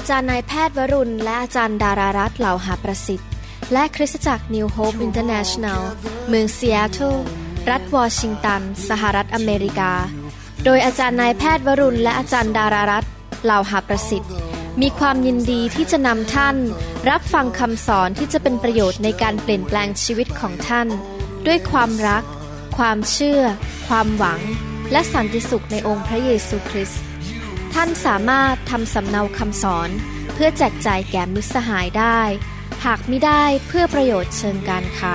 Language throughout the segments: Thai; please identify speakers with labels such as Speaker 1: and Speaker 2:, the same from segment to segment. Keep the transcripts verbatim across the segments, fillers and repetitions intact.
Speaker 1: จารย์นายแพทย์วรุณและอาจารย์ดารารัตน์เหล่าหาประสิทธิ์และคริสตจักร New Hope International เมืองซีแอตเทิลรัฐวอชิงตันสหรัฐอเมริกาโดยอาจารย์นายแพทย์วรุณและอาจารย์ดารารัตน์เหล่าหาประสิทธิ์มีความยินดีที่จะนำท่านรับฟังคำสอนที่จะเป็นประโยชน์ในการเปลี่ยนแปลงชีวิตของท่านด้วยความรักความเชื่อความหวังและสันติสุขในองค์พระเยซูคริสต์ท่านสามารถทำสำเนาคำสอนเพื่อแจกจ่ายแก่มิตรสหายได้หากมิได้เพื่อประโยชน์เชิงการค้า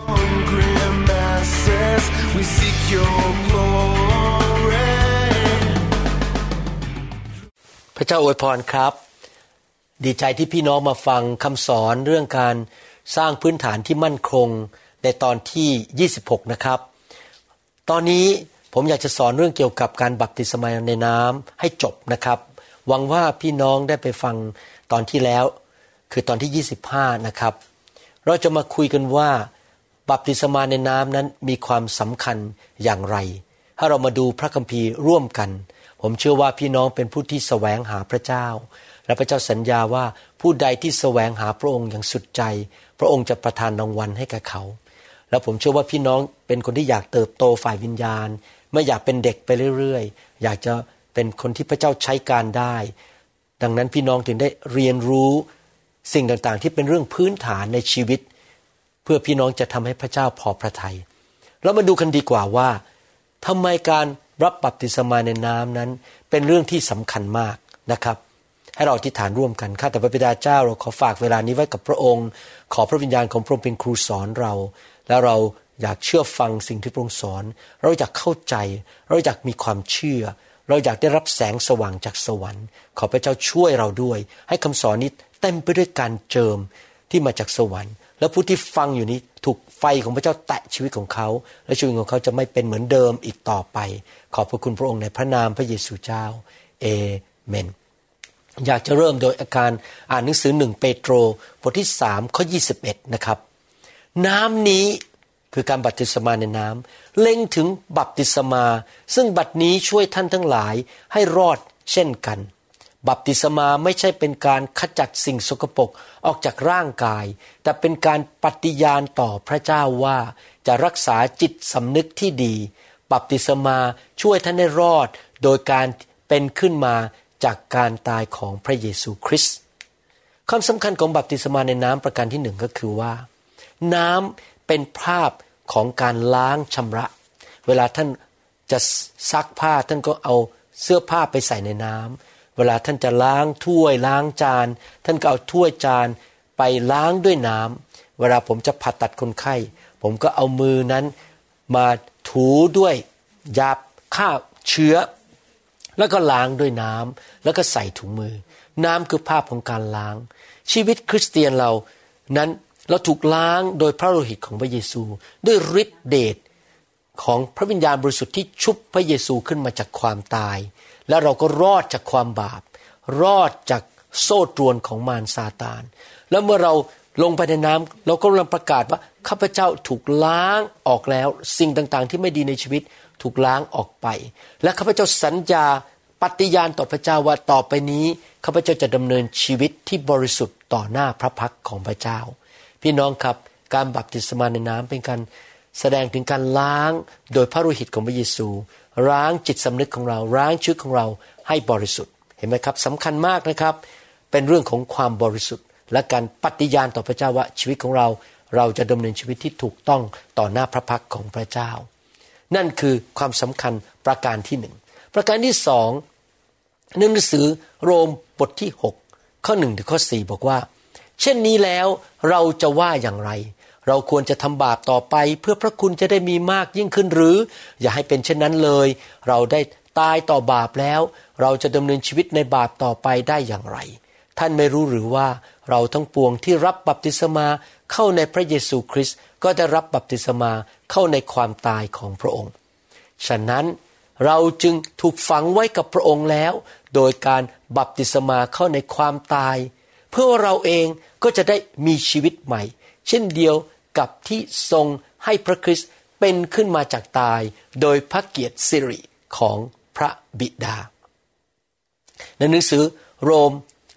Speaker 2: พระเจ้าอวยพรครับดีใจที่พี่น้องมาฟังคำสอนเรื่องการสร้างพื้นฐานที่มั่นคงในตอนที่ยี่สิบหกนะครับตอนนี้ผมอยากจะสอนเรื่องเกี่ยวกับการบัพติศมาในน้ำให้จบนะครับหวังว่าพี่น้องได้ไปฟังตอนที่แล้วคือตอนที่ยี่สิบห้านะครับเราจะมาคุยกันว่าบัพติศมาในน้ำนั้นมีความสำคัญอย่างไรถ้าเรามาดูพระคัมภีร์ร่วมกันผมเชื่อว่าพี่น้องเป็นผู้ที่แสวงหาพระเจ้าและพระเจ้าสัญญาว่าผู้ใดที่แสวงหาพระองค์อย่างสุดใจพระองค์จะประทานรางวัลให้แก่เขาแล้วผมเชื่อว่าพี่น้องเป็นคนที่อยากเติบโตฝ่ายวิญญาณไม่อยากเป็นเด็กไปเรื่อยๆอยากจะเป็นคนที่พระเจ้าใช้การได้ดังนั้นพี่น้องถึงได้เรียนรู้สิ่งต่างๆที่เป็นเรื่องพื้นฐานในชีวิตเพื่อพี่น้องจะทำให้พระเจ้าพอพระทัยเรามาดูกันดีกว่าว่าทำไมการรับบัพติศมาในน้ำนั้นเป็นเรื่องที่สำคัญมากนะครับให้เราอธิษฐานร่วมกันข้าแต่พระบิดาเจ้าเราขอฝากเวลานี้ไว้กับพระองค์ขอพระวิญญาณของพระองค์เป็นครูสอนเราแล้วเราอยากเชื่อฟังสิ่งที่พระองค์สอนเราอยากเข้าใจเราอยากมีความเชื่อเราอยากได้รับแสงสว่างจากสวรรค์ขอพระเจ้าช่วยเราด้วยให้คำสอนนี้เต็มไปด้วยการเจิมที่มาจากสวรรค์แล้วผู้ที่ฟังอยู่นี้ถูกไฟของพระเจ้าแตะชีวิตของเขาและชีวิตของเขาจะไม่เป็นเหมือนเดิมอีกต่อไปขอบพระคุณพระองค์ในพระนามพระเยซูเจ้าเอเมนอยากจะเริ่มโดยอาการอ่านหนังสือหนึ่งเปโตรบทที่สามข้อยี่สิบเอ็ดนะครับน้ำนี้คือการบัพติศมาในน้ำเล็งถึงบัพติศมาซึ่งบัดนี้ช่วยท่านทั้งหลายให้รอดเช่นกันบัพติศมาไม่ใช่เป็นการขจัดสิ่งสกปรกออกจากร่างกายแต่เป็นการปฏิญาณต่อพระเจ้าว่าจะรักษาจิตสำนึกที่ดีบัพติศมาช่วยท่านให้รอดโดยการเป็นขึ้นมาจากการตายของพระเยซูคริสต์ความสำคัญของบัพติศมาในน้ำประการที่หนึ่งก็คือว่าน้ำเป็นภาพของการล้างชำระเวลาท่านจะซักผ้าท่านก็เอาเสื้อผ้าไปใส่ในน้ำเวลาท่านจะล้างถ้วยล้างจานท่านก็เอาถ้วยจานไปล้างด้วยน้ำเวลาผมจะผ่าตัดคนไข้ผมก็เอามือนั้นมาถูด้วยยาฆ่าเชื้อแล้วก็ล้างด้วยน้ำแล้วก็ใส่ถุงมือน้ำคือภาพของการล้างชีวิตคริสเตียนเรานั้นเราถูกล้างโดยพระโลหิตของพระเยซูด้วยฤทธิ์เดชของพระวิญญาณบริสุทธิ์ที่ชุบพระเยซูขึ้นมาจากความตายและเราก็รอดจากความบาปรอดจากโซ่ตรวนของมารซาตานแล้วเมื่อเราลงไปในน้ำเราก็กำลังประกาศว่าข้าพเจ้าถูกล้างออกแล้วสิ่งต่างๆที่ไม่ดีในชีวิตถูกล้างออกไปและข้าพเจ้าสัญญาปฏิญาณต่อพระเจ้าว่าต่อไปนี้ข้าพเจ้าจะดำเนินชีวิตที่บริสุทธิ์ต่อหน้าพระพักของพระเจ้าพี่น้องครับการบัพติศมาในน้ำเป็นการแสดงถึงการล้างโดยพระโลหิตของพระเยซูล้างจิตสำนึกของเราล้างชีวิตของเราให้บริสุทธิ์เห็นไหมครับสำคัญมากนะครับเป็นเรื่องของความบริสุทธิ์และการปฏิญาณต่อพระเจ้าว่าชีวิตของเราเราจะดำเนินชีวิตที่ถูกต้องต่อหน้าพระพักของพระเจ้านั่นคือความสำคัญประการที่หนึ่งประการที่สองหนังสือโรมบทที่หกข้อหนึ่งถึงข้อสี่บอกว่าเช่นนี้แล้วเราจะว่าอย่างไรเราควรจะทำบาปต่อไปเพื่อพระคุณจะได้มีมากยิ่งขึ้นหรืออย่าให้เป็นเช่นนั้นเลยเราได้ตายต่อบาปแล้วเราจะดำเนินชีวิตในบาปต่อไปได้อย่างไรท่านไม่รู้หรือว่าเราทั้งปวงที่รับบัพติศมาเข้าในพระเยซูคริสต์ก็ได้รับบัพติศมาเข้าในความตายของพระองค์ฉะนั้นเราจึงถูกฝังไว้กับพระองค์แล้วโดยการบัพติศมาเข้าในความตายเพื่อเราเองก็จะได้มีชีวิตใหม่เช่นเดียวกับที่ทรงให้พระคริสต์เป็นขึ้นมาจากตายโดยพระเกียรติสิริของพระบิดาในหนังสือโรม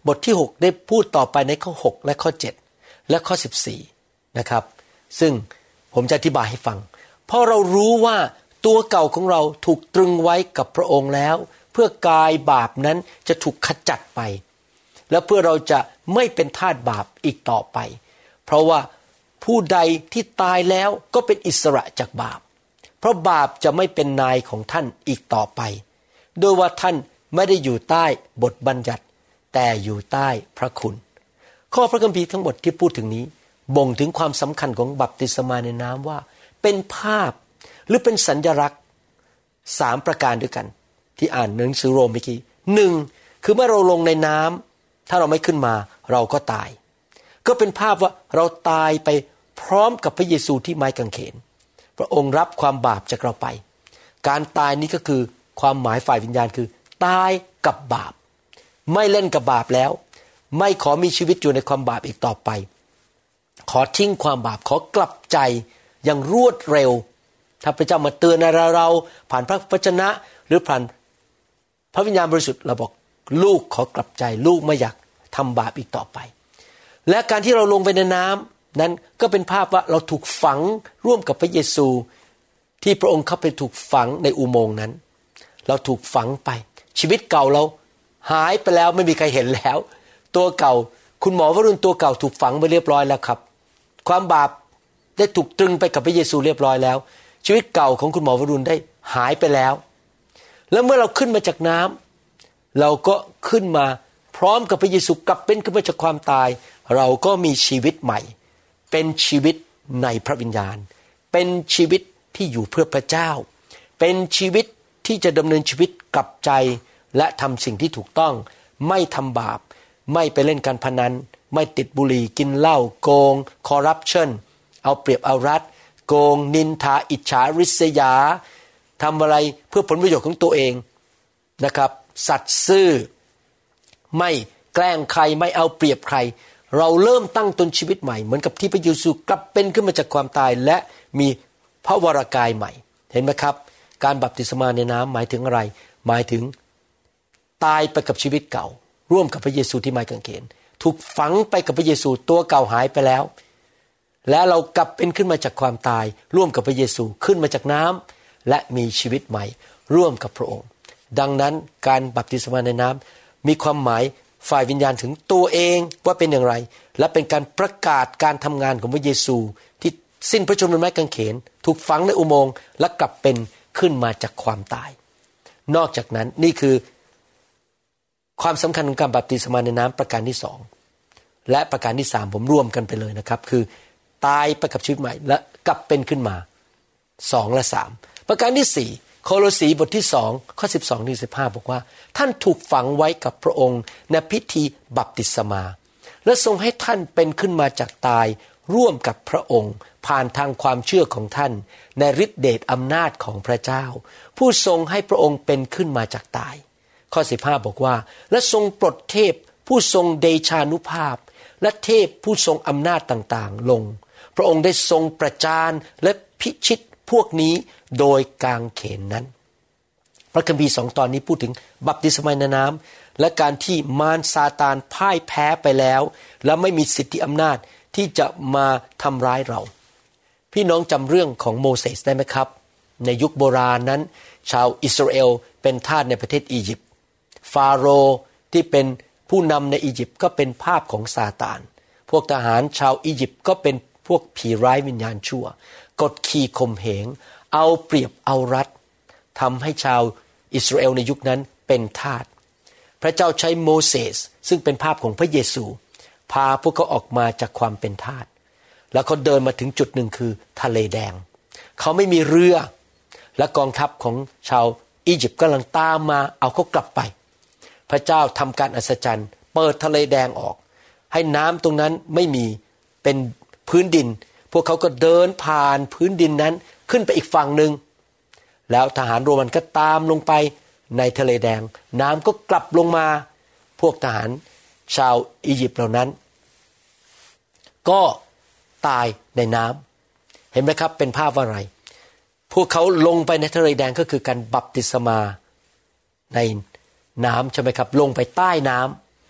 Speaker 2: บทที่หกได้พูดต่อไปในข้อหกและข้อเจ็ดและข้อสิบสี่นะครับซึ่งผมจะอธิบายให้ฟังเพราะเรารู้ว่าตัวเก่าของเราถูกตรึงไว้กับพระองค์แล้วเพื่อกายบาปนั้นจะถูกขจัดไปและเพื่อเราจะไม่เป็นทาสบาปอีกต่อไปเพราะว่าผู้ใดที่ตายแล้วก็เป็นอิสระจากบาปเพราะบาปจะไม่เป็นนายของท่านอีกต่อไปโดยว่าท่านไม่ได้อยู่ใต้บทบัญญัติแต่อยู่ใต้พระคุณข้อพระคัมภีร์ทั้งหมดที่พูดถึงนี้บ่งถึงความสำคัญของบัพติศมาในน้ำว่าเป็นภาพหรือเป็นสัญลักษณ์สามประการด้วยกันที่อ่านหนังสือโรมเมื่อกี้หนึ่งคือเมื่อเราลงในน้ำถ้าเราไม่ขึ้นมาเราก็ตายก็เป็นภาพว่าเราตายไปพร้อมกับพระเยซูที่ไม้กางเขนพระองค์รับความบาปจากเราไปการตายนี้ก็คือความหมายฝ่ายวิญญาณคือตายกับบาปไม่เล่นกับบาปแล้วไม่ขอมีชีวิตอยู่ในความบาปอีกต่อไปขอทิ้งความบาปขอกลับใจอย่างรวดเร็วถ้าพระเจ้ามาเตือนอะไรเราผ่านพระวจนะหรือผ่านพระวิญญาณบริสุทธิ์เราบอกลูกขอกลับใจลูกไม่อยากทำบาปอีกต่อไปและการที่เราลงไปในน้ำนั้นก็เป็นภาพว่าเราถูกฝังร่วมกับพระเยซูที่พระองค์เข้าไปถูกฝังในอุโมงค์นั้นเราถูกฝังไปชีวิตเก่าเราหายไปแล้วไม่มีใครเห็นแล้วตัวเก่าคุณหมอวรุณตัวเก่าถูกฝังไปเรียบร้อยแล้วครับความบาปได้ถูกตรึงไปกับพระเยซูเรียบร้อยแล้วชีวิตเก่าของคุณหมอวรุณได้หายไปแล้วแล้วเมื่อเราขึ้นมาจากน้ำเราก็ขึ้นมาพร้อมกับพระเยซูกลับเป็นขึ้นมาจากความตายเราก็มีชีวิตใหม่เป็นชีวิตในพระวิญญาณเป็นชีวิตที่อยู่เพื่อพระเจ้าเป็นชีวิตที่จะดำเนินชีวิตกลับใจและทำสิ่งที่ถูกต้องไม่ทำบาปไม่ไปเล่นการพนันไม่ติดบุหรี่กินเหล้าโกงคอร์รัปชันเอาเปรียบเอารัดโกงนินทาอิจฉาริษยาทำอะไรเพื่อผลประโยชน์ของตัวเองนะครับสัตย์ซื่อไม่แกล้งใครไม่เอาเปรียบใครเราเริ่มตั้งต้นชีวิตใหม่เหมือนกับที่พระเยซูกลับเป็นขึ้นมาจากความตายและมีพระวรกายใหม่เห็นไหมครับการบัพติศมาในน้ำหมายถึงอะไรหมายถึงตายไปกับชีวิตเก่าร่วมกับพระเยซูที่ไม้กางเขนถูกฝังไปกับพระเยซูตัวเก่าหายไปแล้วและเรากลับเป็นขึ้นมาจากความตายร่วมกับพระเยซูขึ้นมาจากน้ำและมีชีวิตใหม่ร่วมกับพระองค์ดังนั้นการบัพติศมาในน้ำมีความหมายฝ่ายวิญญาณถึงตัวเองว่าเป็นอย่างไรและเป็นการประกาศการทำงานของพระเยซูที่สิ้นพระชนม์บนไม้กางเขนถูกฝังในอุโมงค์และกลับเป็นขึ้นมาจากความตายนอกจากนั้นนี่คือความสำคัญของการบัพติศมาในน้ำประการที่สองและประการที่สามผมรวมกันไปเลยนะครับคือตายไปกับชีวิตใหม่และกลับเป็นขึ้นมาสองและสามประการที่สี่โคโลสีบทที่สองข้อสิบสองถึงสิบห้าบอกว่าท่านถูกฝังไว้กับพระองค์ในพิธีบัพติศมาและทรงให้ท่านเป็นขึ้นมาจากตายร่วมกับพระองค์ผ่านทางความเชื่อของท่านในฤทธิเดชอำนาจของพระเจ้าผู้ทรงให้พระองค์เป็นขึ้นมาจากตายข้อสิบห้าบอกว่าและทรงปลดเทพผู้ทรงเดชานุภาพและเทพผู้ทรงอำนาจต่างๆลงพระองค์ได้ทรงประจานและพิชิตพวกนี้โดยกางเขนนั้นพระคัมภีร์สองตอนนี้พูดถึงบัพติศมาในน้ำและการที่มารซาตานพ่ายแพ้ไปแล้วและไม่มีสิทธิอำนาจที่จะมาทำร้ายเราพี่น้องจำเรื่องของโมเสสได้ไหมครับในยุคโบราณนั้นชาวอิสราเอลเป็นทาสในประเทศอียิปต์ฟาโรห์ที่เป็นผู้นำในอียิปต์ก็เป็นภาพของซาตานพวกทหารชาวอียิปต์ก็เป็นพวกผีร้ายวิญญาณชั่วกดขี่ข่มเหงเอาเปรียบเอารัดทำให้ชาวอิสราเอลในยุคนั้นเป็นทาสพระเจ้าใช้โมเสสซึ่งเป็นภาพของพระเยซูพาพวกเขาออกมาจากความเป็นทาสแล้วเขาเดินมาถึงจุดหนึ่งคือทะเลแดงเขาไม่มีเรือและกองทัพของชาวอียิปต์กำลังตามมาเอาเขากลับไปพระเจ้าทำการอัศจรรย์เปิดทะเลแดงออกให้น้ำตรงนั้นไม่มีเป็นพื้นดินพวกเขาก็เดินผ่านพื้นดินนั้นขึ้นไปอีกฝั่งหนึ่งแล้วทหารโรมันก็ตามลงไปในทะเลแดงน้ำก็กลับลงมาพวกทหารชาวอียิปต์เหล่านั้นก็ตายในน้ำเห็นไหมครับเป็นภาพว่าอะไรพวกเขาลงไปในทะเลแดงก็คือการบัพติศมาในน้ำใช่ไหมครับลงไปใต้น้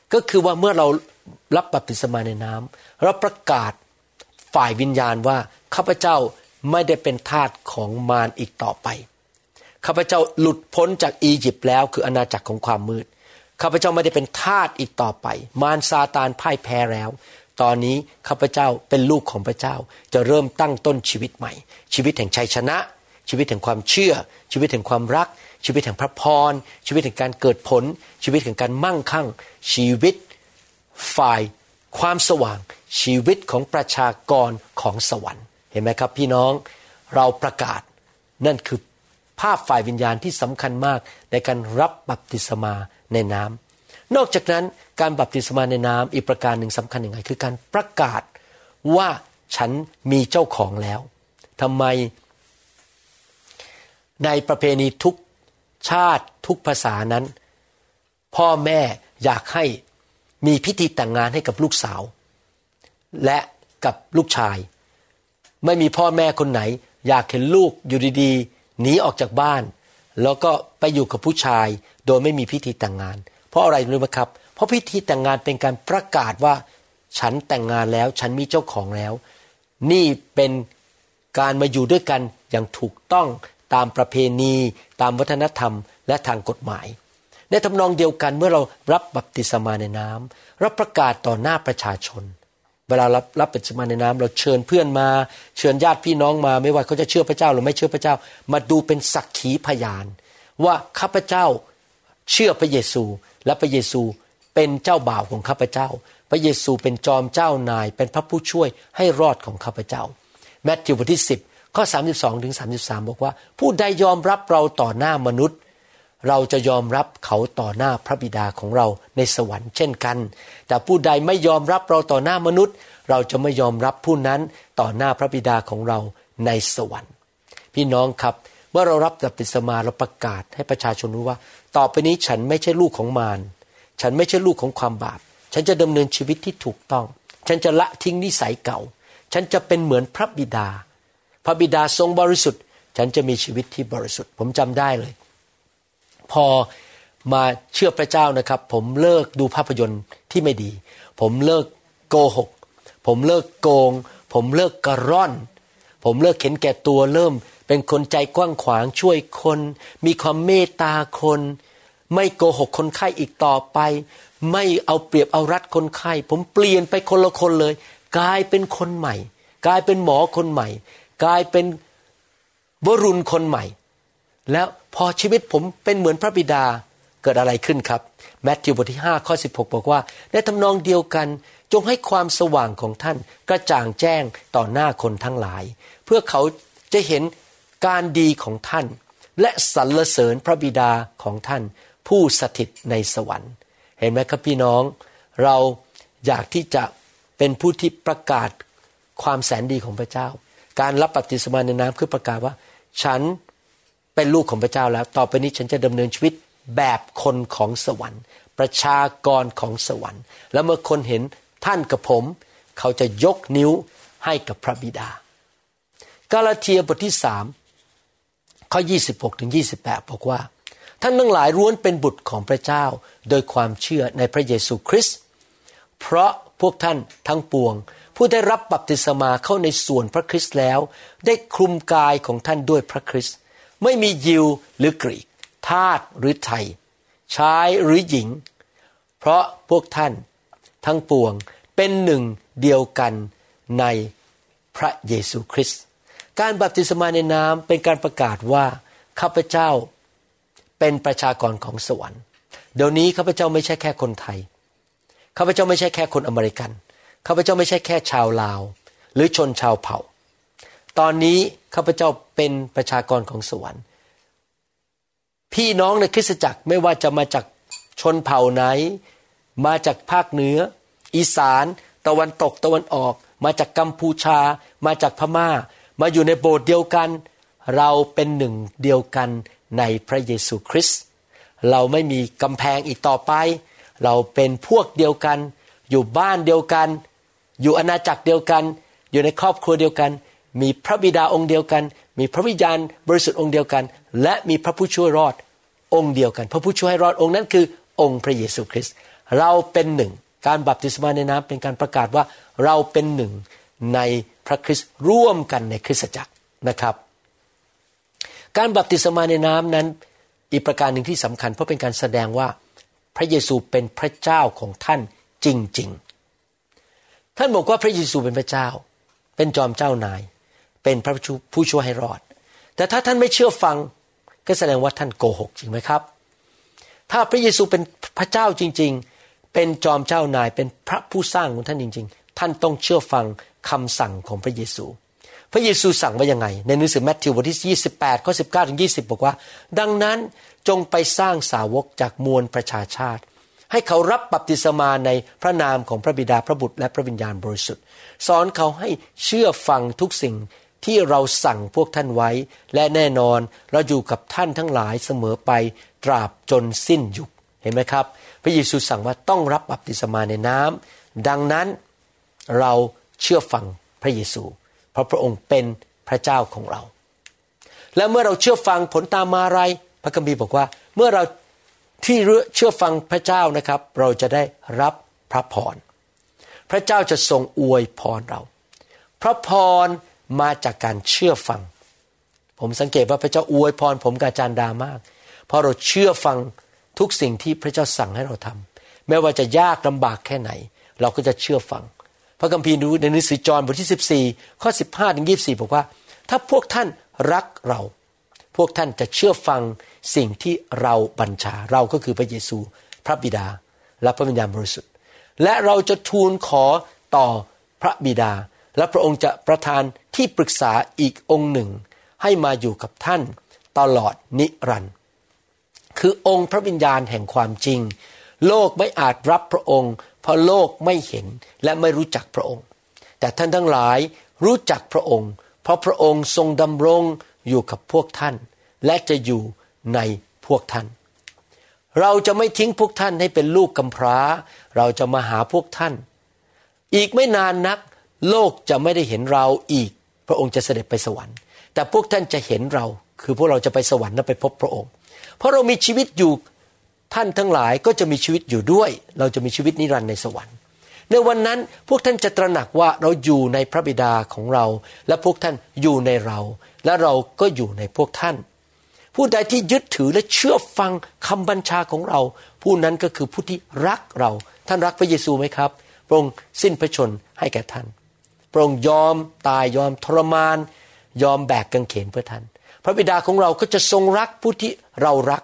Speaker 2: ก็คือว่าเมื่อเรารับบัพติศมาในน้ำเราประกาศฝ่ายวิญญาณว่าข้าพเจ้าไม่ได้เป็นทาสของมารอีกต่อไปข้าพเจ้าหลุดพ้นจากอียิปต์แล้วคืออาณาจักรของความมืดข้าพเจ้าไม่ได้เป็นทาสอีกต่อไปมารซาตานพ่ายแพ้แล้วตอนนี้ข้าพเจ้าเป็นลูกของพระเจ้าจะเริ่มตั้งต้นชีวิตใหม่ชีวิตแห่งชัยชนะชีวิตแห่งความเชื่อชีวิตแห่งความรักชีวิตแห่งพระพรชีวิตแห่งการเกิดผลชีวิตแห่งการมั่งคั่งชีวิตฝ่ายความสว่างชีวิตของประชากรของสวรรค์เห็นไหมครับพี่น้องเราประกาศนั่นคือภาพฝ่ายวิญญาณที่สำคัญมากในการรับบัพติศมาในน้ำนอกจากนั้นการบัพติศมาในน้ำอีกประการหนึ่งสำคัญอย่างไรคือการประกาศว่าฉันมีเจ้าของแล้วทำไมในประเพณีทุกชาติทุกภาษานั้นพ่อแม่อยากให้มีพิธีแต่งงานให้กับลูกสาวและกับลูกชายไม่มีพ่อแม่คนไหนอยากเห็นลูกอยู่ดีๆหนีออกจากบ้านแล้วก็ไปอยู่กับผู้ชายโดยไม่มีพิธีแต่งงานเพราะอะไรรู้ไหมครับเพราะพิธีแต่งงานเป็นการประกาศว่าฉันแต่งงานแล้วฉันมีเจ้าของแล้วนี่เป็นการมาอยู่ด้วยกันอย่างถูกต้องตามประเพณีตามวัฒนธรรมและทางกฎหมายในทำนองเดียวกันเมื่อเรารับบัพติศมาในน้ำเราประกาศต่อหน้าประชาชนเวลารับรับบัพติศมาในน้ำเราเชิญเพื่อนมาเชิญญาติพี่น้องมาไม่ว่าเขาจะเชื่อพระเจ้าหรือไม่เชื่อพระเจ้ามาดูเป็นสักขีพยานว่าข้าพเจ้าเชื่อพระเยซูและพระเยซูเป็นเจ้าบ่าวของข้าพเจ้าพระเยซูเป็นจอมเจ้านายเป็นพระผู้ช่วยให้รอดของข้าพเจ้าแมทธิวบทที่สิบข้อสามสิบสองถึงสามสิบสามบอกว่าผู้ใดยอมรับเราต่อหน้ามนุษย์เราจะยอมรับเขาต่อหน้าพระบิดาของเราในสวรรค์เช่นกันแต่ผู้ใดไม่ยอมรับเราต่อหน้ามนุษย์เราจะไม่ยอมรับผู้นั้นต่อหน้าพระบิดาของเราในสวรรค์พี่น้องครับเมื่อเรารับบัพติศมาเราประกาศให้ประชาชนรู้ว่าต่อไปนี้ฉันไม่ใช่ลูกของมารฉันไม่ใช่ลูกของความบาปฉันจะดำเนินชีวิตที่ถูกต้องฉันจะละทิ้งนิสัยเก่าฉันจะเป็นเหมือนพระบิดาพระบิดาทรงบริสุทธิ์ฉันจะมีชีวิตที่บริสุทธิ์ผมจำได้เลยพอมาเชื่อพระเจ้านะครับผมเลิกดูภาพยนตร์ที่ไม่ดีผมเลิกโกหกผมเลิกโกงผมเลิกกระร่อนผมเลิกเห็นแก่ตัวเริ่มเป็นคนใจกว้างขวางช่วยคนมีความเมตตาคนไม่โกหกคนไข้อีกต่อไปไม่เอาเปรียบเอารัดคนไข้ผมเปลี่ยนไปคนละคนเลยกลายเป็นคนใหม่กลายเป็นหมอคนใหม่กลายเป็นวรุณคนใหม่แล้วพอชีวิตผมเป็นเหมือนพระบิดาเกิดอะไรขึ้นครับแมทธิวบทที่ห้าข้อสิบหกบอกว่าในทำนองเดียวกันจงให้ความสว่างของท่านกระจ่างแจ้งต่อหน้าคนทั้งหลายเพื่อเขาจะเห็นการดีของท่านและสรรเสริญพระบิดาของท่านผู้สถิตในสวรรค์เห็นไหมครับพี่น้องเราอยากที่จะเป็นผู้ที่ประกาศความแสนดีของพระเจ้าการรับบัพติศมาในน้ำคือประกาศว่าฉันเป็นลูกของพระเจ้าแล้วต่อไปนี้ฉันจะดำเนินชีวิตแบบคนของสวรรค์ประชากรของสวรรค์แล้วเมื่อคนเห็นท่านกับผมเขาจะยกนิ้วให้กับพระบิดากาลาเทียบทที่สามข้อยี่สิบหกถึงยี่สิบแปดบอกว่าท่านทั้งหลายล้วนเป็นบุตรของพระเจ้าโดยความเชื่อในพระเยซูคริสต์เพราะพวกท่านทั้งปวงผู้ได้รับบัพติศมาเข้าในส่วนพระคริสต์แล้วได้คลุมกายของท่านด้วยพระคริสต์ไม่มียิวหรือกรีกทาสหรือไทยชายหรือหญิงเพราะพวกท่านทั้งปวงเป็นหนึ่งเดียวกันในพระเยซูคริสต์การบัพติศมาในน้ำเป็นการประกาศว่าข้าพเจ้าเป็นประชากรของสวรรค์เดี๋ยวนี้ข้าพเจ้าไม่ใช่แค่คนไทยข้าพเจ้าไม่ใช่แค่คนอเมริกันข้าพเจ้าไม่ใช่แค่ชาวลาวหรือชนชาวเผ่าตอนนี้ข้าพเจ้าเป็นประชากรของสวรรค์พี่น้องในคริสตจักรไม่ว่าจะมาจากชนเผ่าไหนมาจากภาคเหนืออีสานตะวันตกตะวันออกมาจากกัมพูชามาจากพม่ามาอยู่ในโบสถ์เดียวกันเราเป็นหนึ่งเดียวกันในพระเยซูคริสต์เราไม่มีกำแพงอีกต่อไปเราเป็นพวกเดียวกันอยู่บ้านเดียวกันอยู่อาณาจักรเดียวกันอยู่ในครอบครัวเดียวกันมีพระบิดาองค์เดียวกันมีพระวิญญาณบริสุทธิ์องค์เดียวกันและมีพระผู้ช่วยรอดองค์เดียวกันพระผู้ช่วยรอดองค์นั้นคือองค์พระเยซูคริสต์เราเป็นหนึ่งการบัพติศมาในน้ำเป็นการประกาศว่าเราเป็นหนึ่งในพระคริสต์ร่วมกันในคริสตจักรนะครับการบัพติศมาในน้ำนั้นอีกประการหนึ่งที่สำคัญเพราะเป็นการแสดงว่าพระเยซูเป็นพระเจ้าของท่านจริงๆท่านบอกว่าพระเยซูเป็นพระเจ้าเป็นจอมเจ้านายเป็นพระผู้ช่วยให้รอดแต่ถ้าท่านไม่เชื่อฟังก็แสดงว่าท่านโกหกจริงไหมครับถ้าพระเยซูเป็นพระเจ้าจริงๆเป็นจอมเจ้านายเป็นพระผู้สร้างของท่านจริงๆท่านต้องเชื่อฟังคำสั่งของพระเยซูพระเยซูสั่งว่ายังไงในหนังสือมัทธิวบทที่ยี่สิบแปดข้อสิบเก้าถึงยี่สิบบอกว่าดังนั้นจงไปสร้างสาวกจากมวลประชาชาติให้เขารับบัพติศมาในพระนามของพระบิดาพระบุตรและพระวิญญาณบริสุทธิ์สอนเขาให้เชื่อฟังทุกสิ่งที่เราสั่งพวกท่านไว้และแน่นอนเราอยู่กับท่านทั้งหลายเสมอไปตราบจนสิ้นยุคเห็นไหมครับพระเยซูสั่งว่าต้องรับบัพติศมาในน้ำดังนั้นเราเชื่อฟังพระเยซูเพราะพระองค์เป็นพระเจ้าของเราและเมื่อเราเชื่อฟังผลตามมาอะไรพระคัมภีร์บอกว่าเมื่อเราที่เชื่อฟังพระเจ้านะครับเราจะได้รับพระพรพระเจ้าจะทรงอวยพรเราพระพรมาจากการเชื่อฟังผมสังเกตว่าพระเจ้าอวยพรผมกับอาจารย์ดามากเพราะเราเชื่อฟังทุกสิ่งที่พระเจ้าสั่งให้เราทำไม่ว่าจะยากลำบากแค่ไหนเราก็จะเชื่อฟังพระคัมภีร์ในหนังสือจอห์นบทที่สิบสี่ข้อสิบห้าถึงยี่สิบสี่บอกว่าถ้าพวกท่านรักเราพวกท่านจะเชื่อฟังสิ่งที่เราบัญชาเราก็คือพระเยซูพระบิดาและพระวิญญาณบริสุทธิ์และเราจะทูลขอต่อพระบิดาและพระองค์จะประทานที่ปรึกษาอีกองค์หนึ่งให้มาอยู่กับท่านตลอดนิรันดร์คือองค์พระวิญญาณแห่งความจริงโลกไม่อาจรับพระองค์เพราะโลกไม่เห็นและไม่รู้จักพระองค์แต่ท่านทั้งหลายรู้จักพระองค์เพราะพระองค์ทรงดำรงอยู่กับพวกท่านและจะอยู่ในพวกท่านเราจะไม่ทิ้งพวกท่านให้เป็นลูกกำพร้าเราจะมาหาพวกท่านอีกไม่นานนักโลกจะไม่ได้เห็นเราอีกพระองค์จะเสด็จไปสวรรค์แต่พวกท่านจะเห็นเราคือพวกเราจะไปสวรรค์และไปพบพระองค์เพราะเรามีชีวิตอยู่ท่านทั้งหลายก็จะมีชีวิตอยู่ด้วยเราจะมีชีวิตนิรันดร์ในสวรรค์ในวันนั้นพวกท่านจะตระหนักว่าเราอยู่ในพระบิดาของเราและพวกท่านอยู่ในเราและเราก็อยู่ในพวกท่านผู้ใดที่ยึดถือและเชื่อฟังคำบัญชาของเราผู้นั้นก็คือผู้ที่รักเราท่านรักพระเยซูไหมครับพระองค์สิ้นพระชนให้แก่ท่านพระองค์ยอมตายยอมทรมานยอมแบกกางเขนเพื่อท่านพระบิดาของเราก็จะทรงรักผู้ที่เรารัก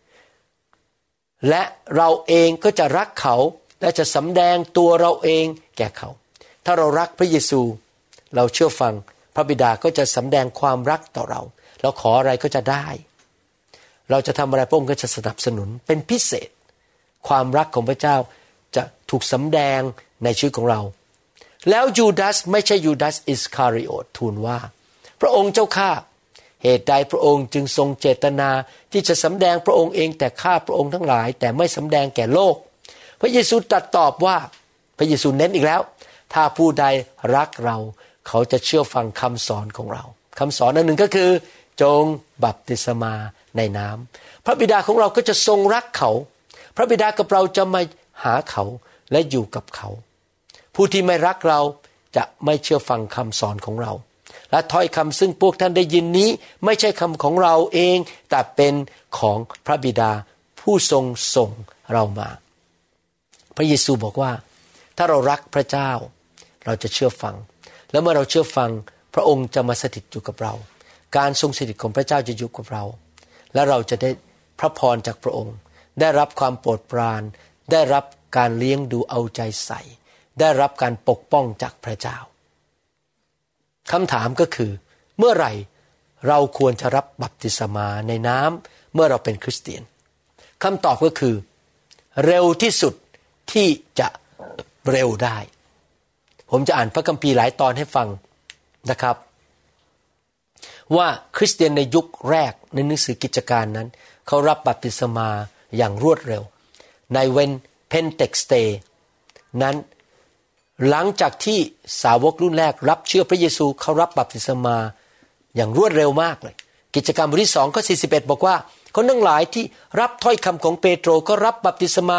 Speaker 2: และเราเองก็จะรักเขาและจะสำแดงตัวเราเองแก่เขาถ้าเรารักพระเยซูเราเชื่อฟังพระบิดาก็จะสำแดงความรักต่อเราเราขออะไรก็จะได้เราจะทำอะไรพระองค์ก็จะสนับสนุนเป็นพิเศษความรักของพระเจ้าจะถูกสำแดงในชีวิตของเราแล้วยูดาสไม่ใช่ยูดาสอิสคาริโอตทูลว่าพระองค์เจ้าข้าเหตุใดพระองค์จึงทรงเจตนาที่จะสำแดงพระองค์เองแต่ข้าพระองค์ทั้งหลายแต่ไม่สำแดงแก่โลกพระเยซูตรัสตอบว่าพระเยซูเน้นอีกแล้วถ้าผู้ใดรักเราเขาจะเชื่อฟังคำสอนของเราคำสอนอันหนึ่งก็คือจงบัพติศมาในน้ำพระบิดาของเราก็จะทรงรักเขาพระบิดากับเราจะมาหาเขาและอยู่กับเขาผู้ที่ไม่รักเราจะไม่เชื่อฟังคำสอนของเราและถ้อยคำซึ่งพวกท่านได้ยินนี้ไม่ใช่คำของเราเองแต่เป็นของพระบิดาผู้ทรงส่งเรามาพระเยซูบอกว่าถ้าเรารักพระเจ้าเราจะเชื่อฟังและเมื่อเราเชื่อฟังพระองค์จะมาสถิตอยู่กับเราการทรงสถิตของพระเจ้าจะอยู่กับเราและเราจะได้พระพรจากพระองค์ได้รับความโปรดปรานได้รับการเลี้ยงดูเอาใจใส่ได้รับการปกป้องจากพระเจ้าคำถามก็คือเมื่อไหร่เราควรจะรับบัพติศมาในน้ำเมื่อเราเป็นคริสเตียนคำตอบก็คือเร็วที่สุดที่จะเร็วได้ผมจะอ่านพระคัมภีร์หลายตอนให้ฟังนะครับว่าคริสเตียนในยุคแรกในหนังสือกิจการนั้นเขารับบัพติศมาอย่างรวดเร็วในเวนเพนเทคสเตนั้นหลังจากที่สาวกรุ่นแรกรับเชื่อพระเยซูเขารับบัพติศมาอย่างรวดเร็วมากเลยกิจการบทที่สองข้อสี่สิบเอ็ดบอกว่าคนทั้งหลายที่รับถ้อยคำของเปโตรก็รับบัพติศมา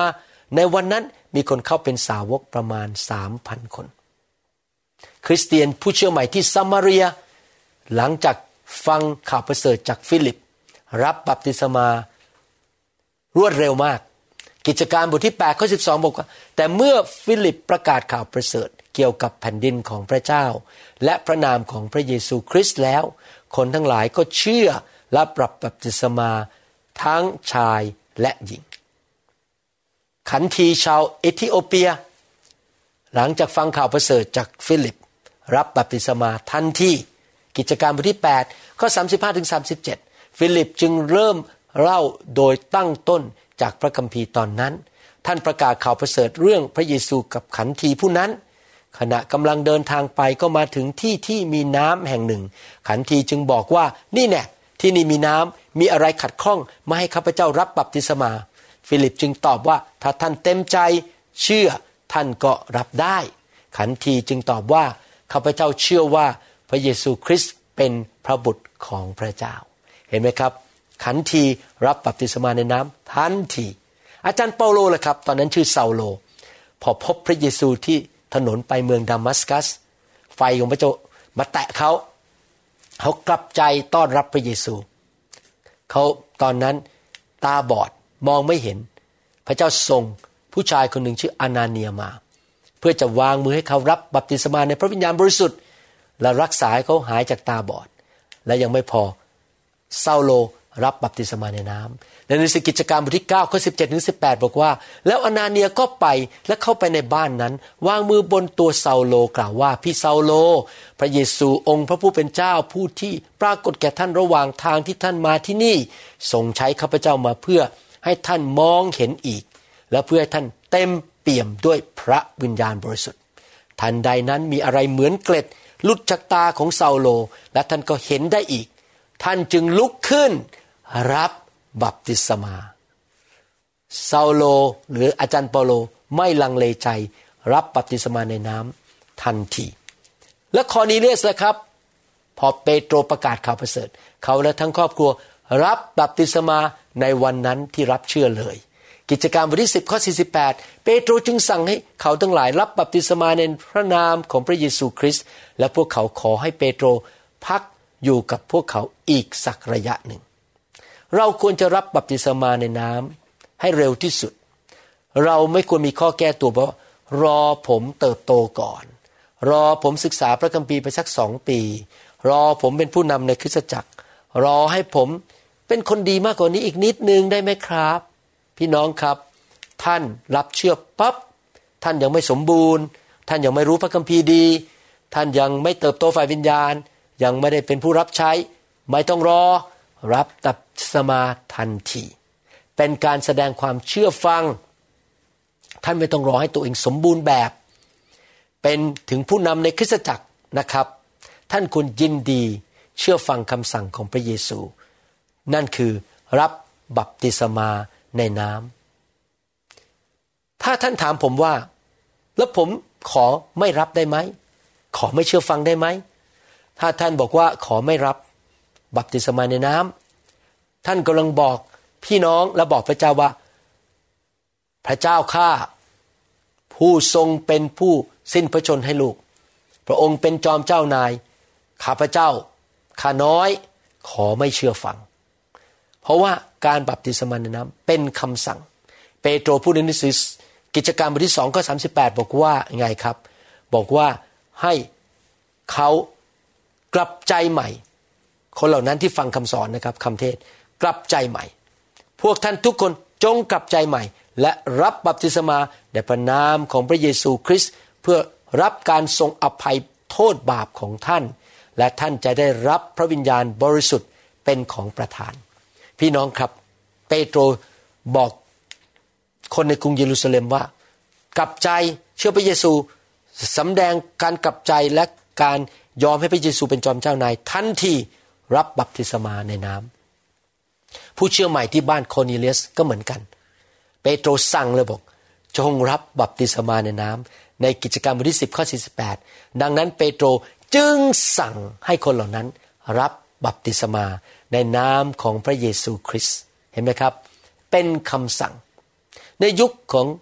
Speaker 2: ในวันนั้นมีคนเข้าเป็นสาวกประมาณ สามพัน คนคริสเตียนผู้เชื่อใหม่ที่ซามาเรียหลังจากฟังข่าวประเสริฐจากฟิลิปรับบัพติศมารวดเร็วมากกิจการบทที่แปดข้อสิบสองบอกว่าแต่เมื่อฟิลิปประกาศข่าวประเสริฐเกี่ยวกับแผ่นดินของพระเจ้าและพระนามของพระเยซูคริสต์แล้วคนทั้งหลายก็เชื่อและรับบัพติศมาทั้งชายและหญิงขันทีชาวเอธิโอเปียหลังจากฟังข่าวประเสริฐจากฟิลิปรับบัพติศมาทันทีกิจการบทที่แปดข้อสามสิบห้าถึงสามสิบเจ็ดฟิลิปจึงเริ่มเล่าโดยตั้งต้นจากพระคัมภีร์ตอนนั้นท่านประกาศข่าวประเสริฐเรื่องพระเยซูกับขันทีผู้นั้นขณะกำลังเดินทางไปก็มาถึงที่ที่มีน้ำแห่งหนึ่งขันทีจึงบอกว่านี่แน่ที่นี่มีน้ำมีอะไรขัดข้องมาให้ข้าพเจ้ารับบัพติศมาฟิลิปจึงตอบว่าถ้าท่านเต็มใจเชื่อท่านก็รับได้ขันทีจึงตอบว่าข้าพเจ้าเชื่อว่าพระเยซูคริสต์เป็นพระบุตรของพระเจ้าเห็นไหมครับขันทีรับบัพติศมาในน้ำทันทีอาจารย์เปาโลล่ะครับตอนนั้นชื่อเซาโลพอพบพระเยซูที่ถนนไปเมืองดามัสกัสไฟของพระเจ้ามาแตะเขาเขากลับใจต้อนรับพระเยซูเขาตอนนั้นตาบอดมองไม่เห็นพระเจ้าส่งผู้ชายคนหนึ่งชื่ออานาเนียมาเพื่อจะวางมือให้เขารับบัพติศมาในพระวิญญาณบริสุทธิ์และรักษาให้เขาหายจากตาบอดและยังไม่พอเซาโลรับบัพติศมาในน้ำในหนังสือกิจการบทที่เก้าข้อสิบเจ็ดถึงสิบแปดบอกว่าแล้วอานาเนียก็ไปและเข้าไปในบ้านนั้นวางมือบนตัวเซาโลกล่าวว่าพี่เซาโลพระเยซูองค์พระผู้เป็นเจ้าผู้ที่ปรากฏแก่ท่านระหว่างทางที่ท่านมาที่นี่ทรงใช้ข้าพเจ้ามาเพื่อให้ท่านมองเห็นอีกและเพื่อให้ท่านเต็มเปี่ยมด้วยพระวิญญาณบริสุทธิ์ทันใดนั้นมีอะไรเหมือนเกล็ดหลุดจากตาของเซาโลและท่านก็เห็นได้อีกท่านจึงลุกขึ้นรับบัพติศมาเซาโลหรืออาจารย์เปาโลไม่ลังเลใจรับบัพติศมาในน้ำทันทีและคอร์เนเลียสล่ะครับพอเปโตรประกาศข่าวประเสริฐเขาและทั้งครอบครัวรับบัพติศมาในวันนั้นที่รับเชื่อเลยกิจการบทที่สิบข้อสี่สิบแปดเปโตรจึงสั่งให้เขาทั้งหลายรับบัพติศมาในพระนามของพระเยซูคริสต์และพวกเขาขอให้เปโตรพักอยู่กับพวกเขาอีกสักระยะหนึ่งเราควรจะรับบัพติศมาในน้ำให้เร็วที่สุดเราไม่ควรมีข้อแก้ตัวเพราะรอผมเติบโตก่อนรอผมศึกษาพระคัมภีร์ไปสักสองปีรอผมเป็นผู้นำในคริสตจักรรอให้ผมเป็นคนดีมากกว่านี้อีกนิดนึงได้ไหมครับพี่น้องครับท่านรับเชื่อปั๊บท่านยังไม่สมบูรณ์ท่านยังไม่รู้พระคัมภีร์ดีท่านยังไม่เติบโตฝ่ายวิญญาณยังไม่ได้เป็นผู้รับใช้ไม่ต้องรอรับบัพติศมาทันทีเป็นการแสดงความเชื่อฟังท่านไม่ต้องรอให้ตัวเองสมบูรณ์แบบเป็นถึงผู้นำในคริสตจักรนะครับท่านควรยินดีเชื่อฟังคำสั่งของพระเยซูนั่นคือรับบัพติศมาในน้ำถ้าท่านถามผมว่าแล้วผมขอไม่รับได้ไหมขอไม่เชื่อฟังได้ไหมถ้าท่านบอกว่าขอไม่รับบัพติศมาในน้ำท่านกำลังบอกพี่น้องและบอกพระเจ้าว่าพระเจ้าข้าผู้ทรงเป็นผู้สิ้นพระชนให้ลูกพระองค์เป็นจอมเจ้านายข้าพระเจ้าข้าน้อยขอไม่เชื่อฟังเพราะว่าการบัพติศมาในน้ำเป็นคำสั่งเปโตรพูดในหนังสือกิจการบทที่สองข้อสามสิบแปดบอกว่าไงครับบอกว่าให้เขากลับใจใหม่คนเหล่านั้นที่ฟังคำสอนนะครับคำเทศกลับใจใหม่พวกท่านทุกคนจงกลับใจใหม่และรับบัพติศมาในพระนามของพระเยซูคริสต์เพื่อรับการทรงอภัยโทษบาปของท่านและท่านจะได้รับพระวิญญาณบริสุทธิ์เป็นของประทานพี่น้องครับเปโตรบอกคนในกรุงเยรูซาเล็มว่ากลับใจเชื่อพระเยซูสำแดงการกลับใจและการยอมให้พระเยซูเป็นจอมเจ้านายทันทีรับบัพติศมาในน้ำผู้เชื่อใหม่ที่บ้านโคร์เนเลียสก็เหมือนกันเปโตรสั่งเลยบอกจงรับบัพติศมาในน้ำในกิจการบทที่สิบข้อสี่สิบแปดดังนั้นเปโตรจึงสั่งให้คนเหล่านั้นรับบัพติศมาในนามของพระเยซูคริสต์เห็นไหมครับเป็นคำสั่งในยุคของ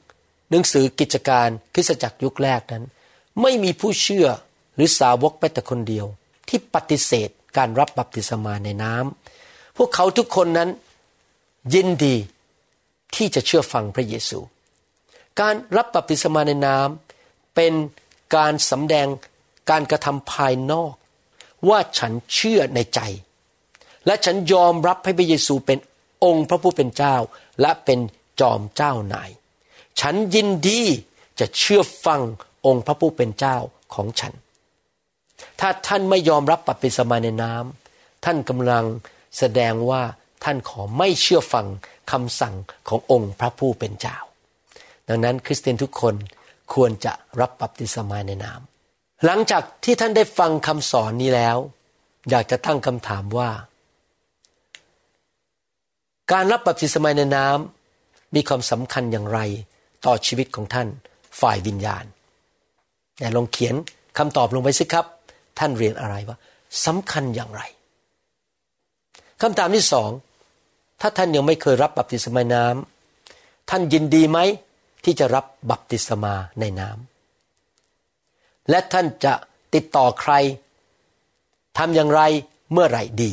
Speaker 2: หนังสือกิจการคริสตจักรยุคแรกนั้นไม่มีผู้เชื่อหรือสาวกแม้แต่คนเดียวที่ปฏิเสธการรับบัพติศมาในน้ำพวกเขาทุกคนนั้นยินดีที่จะเชื่อฟังพระเยซูการรับบัพติศมาในน้ำเป็นการสำแดงการกระทำภายนอกว่าฉันเชื่อในใจและฉันยอมรับให้พระเยซูเป็นองค์พระผู้เป็นเจ้าและเป็นจอมเจ้านายฉันยินดีจะเชื่อฟังองค์พระผู้เป็นเจ้าของฉันถ้าท่านไม่ยอมรับบัพติศมาในน้ำท่านกำลังแสดงว่าท่านขอไม่เชื่อฟังคำสั่งขององค์พระผู้เป็นเจ้าดังนั้นคริสเตียนทุกคนควรจะรับบัพติศมาในน้ำหลังจากที่ท่านได้ฟังคำสอนนี้แล้วอยากจะตั้งคำถามว่าการรับบัพติศมาในน้ำมีความสำคัญอย่างไรต่อชีวิตของท่านฝ่ายวิญญาณแต่ลองเขียนคำตอบลงไปสิครับท่านเรียนอะไรว่าสำคัญอย่างไรคำถามที่สองถ้าท่านยังไม่เคยรับบัพติศมาในน้ำท่านยินดีไหมที่จะรับบัพติศมาในน้ำและท่านจะติดต่อใครทำอย่างไรเมื่อไหร่ดี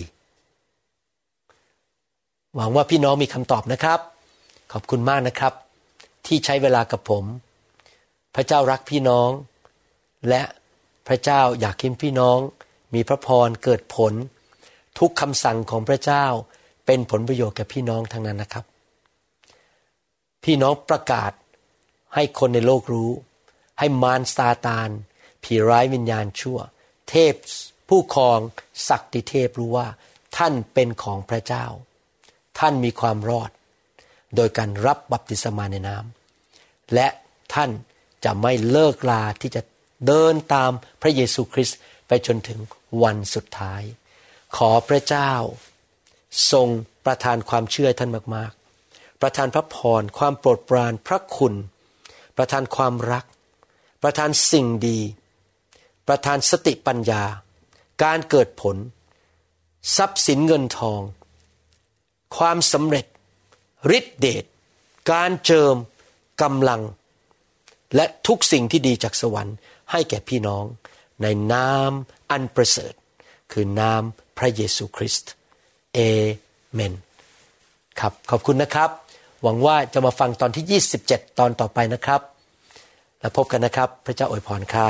Speaker 2: หวังว่าพี่น้องมีคำตอบนะครับขอบคุณมากนะครับที่ใช้เวลากับผมพระเจ้ารักพี่น้องและพระเจ้าอยากให้พี่น้องมีพระพรเกิดผลทุกคำสั่งของพระเจ้าเป็นผลประโยชน์แก่พี่น้องทั้งนั้นนะครับพี่น้องประกาศให้คนในโลกรู้ให้มารซาตานผีร้ายวิญญาณชั่วเทพผู้ครองศักดิเทพรู้ว่าท่านเป็นของพระเจ้าท่านมีความรอดโดยการรับบัพติศมาในน้ำและท่านจะไม่เลิกลาที่จะเดินตามพระเยซูคริสต์ไปจนถึงวันสุดท้ายขอพระเจ้าทรงประทานความเชื่อท่านมากๆประทานพระพรความโปรดปรานพระคุณประทานความรักประทานสิ่งดีประทานสติปัญญาการเกิดผลทรัพย์สินเงินทองความสำเร็จฤทธิเดชการเจิมกำลังและทุกสิ่งที่ดีจากสวรรค์ให้แก่พี่น้องในนามอันประเสริฐคือนามพระเยซูคริสต์เอเมนครับขอบคุณนะครับหวังว่าจะมาฟังตอนที่ยี่สิบเจ็ดตอนต่อไปนะครับแล้วพบกันนะครับพระเจ้าอวยพรครับ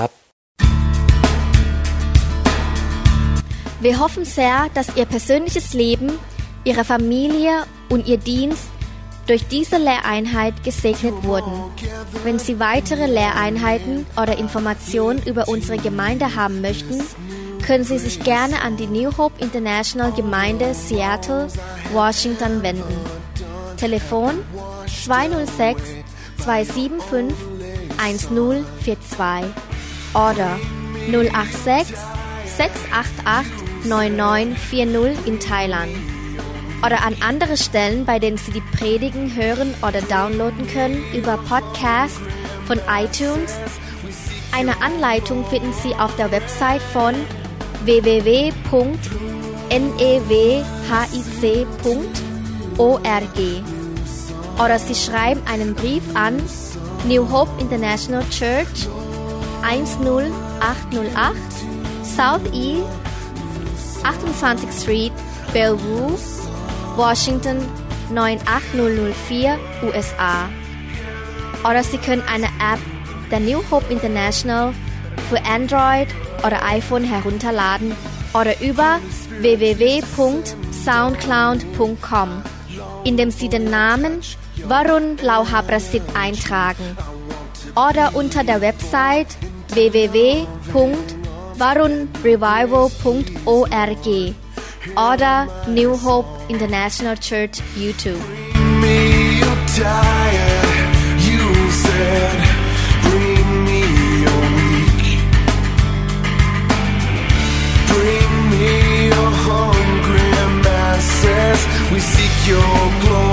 Speaker 1: Wir hoffen sehr, dass Ihr persönliches Leben, Ihre Familie und Ihr Dienst durch diese Lehreinheit gesegnet wurden. Wenn Sie weitere Lehreinheiten oder Informationen über unsere Gemeinde haben möchten, können Sie sich gerne an die New Hope International Gemeinde Seattle, Washington wenden. Telefon zwei null sechs, zwei sieben fünf, eins null vier zwei oder null acht sechs, sechs acht acht, neun neun vier null in Thailand. Oder an andere Stellen, bei denen Sie die Predigen hören oder downloaden können über Podcast von iTunes. Eine Anleitung finden Sie auf der Website von w w w punkt n e w h i c punkt org. Oder Sie schreiben einen Brief an New Hope International Church eins null acht null acht South East achtundzwanzigste Street, Bellevue, Washington neun acht null null vier, U S A. Oder Sie können eine App der New Hope International für Android oder iPhone herunterladen oder über w w w punkt soundcloud punkt com, indem Sie den Namen Varun Lauhaprasit eintragen. Oder unter der Website w w w punkt varun revival punkt org oder New Hope International Church YouTube.
Speaker 3: Me you're tired, you said, bring me your weak. Bring me your hungry masses, we seek your glory.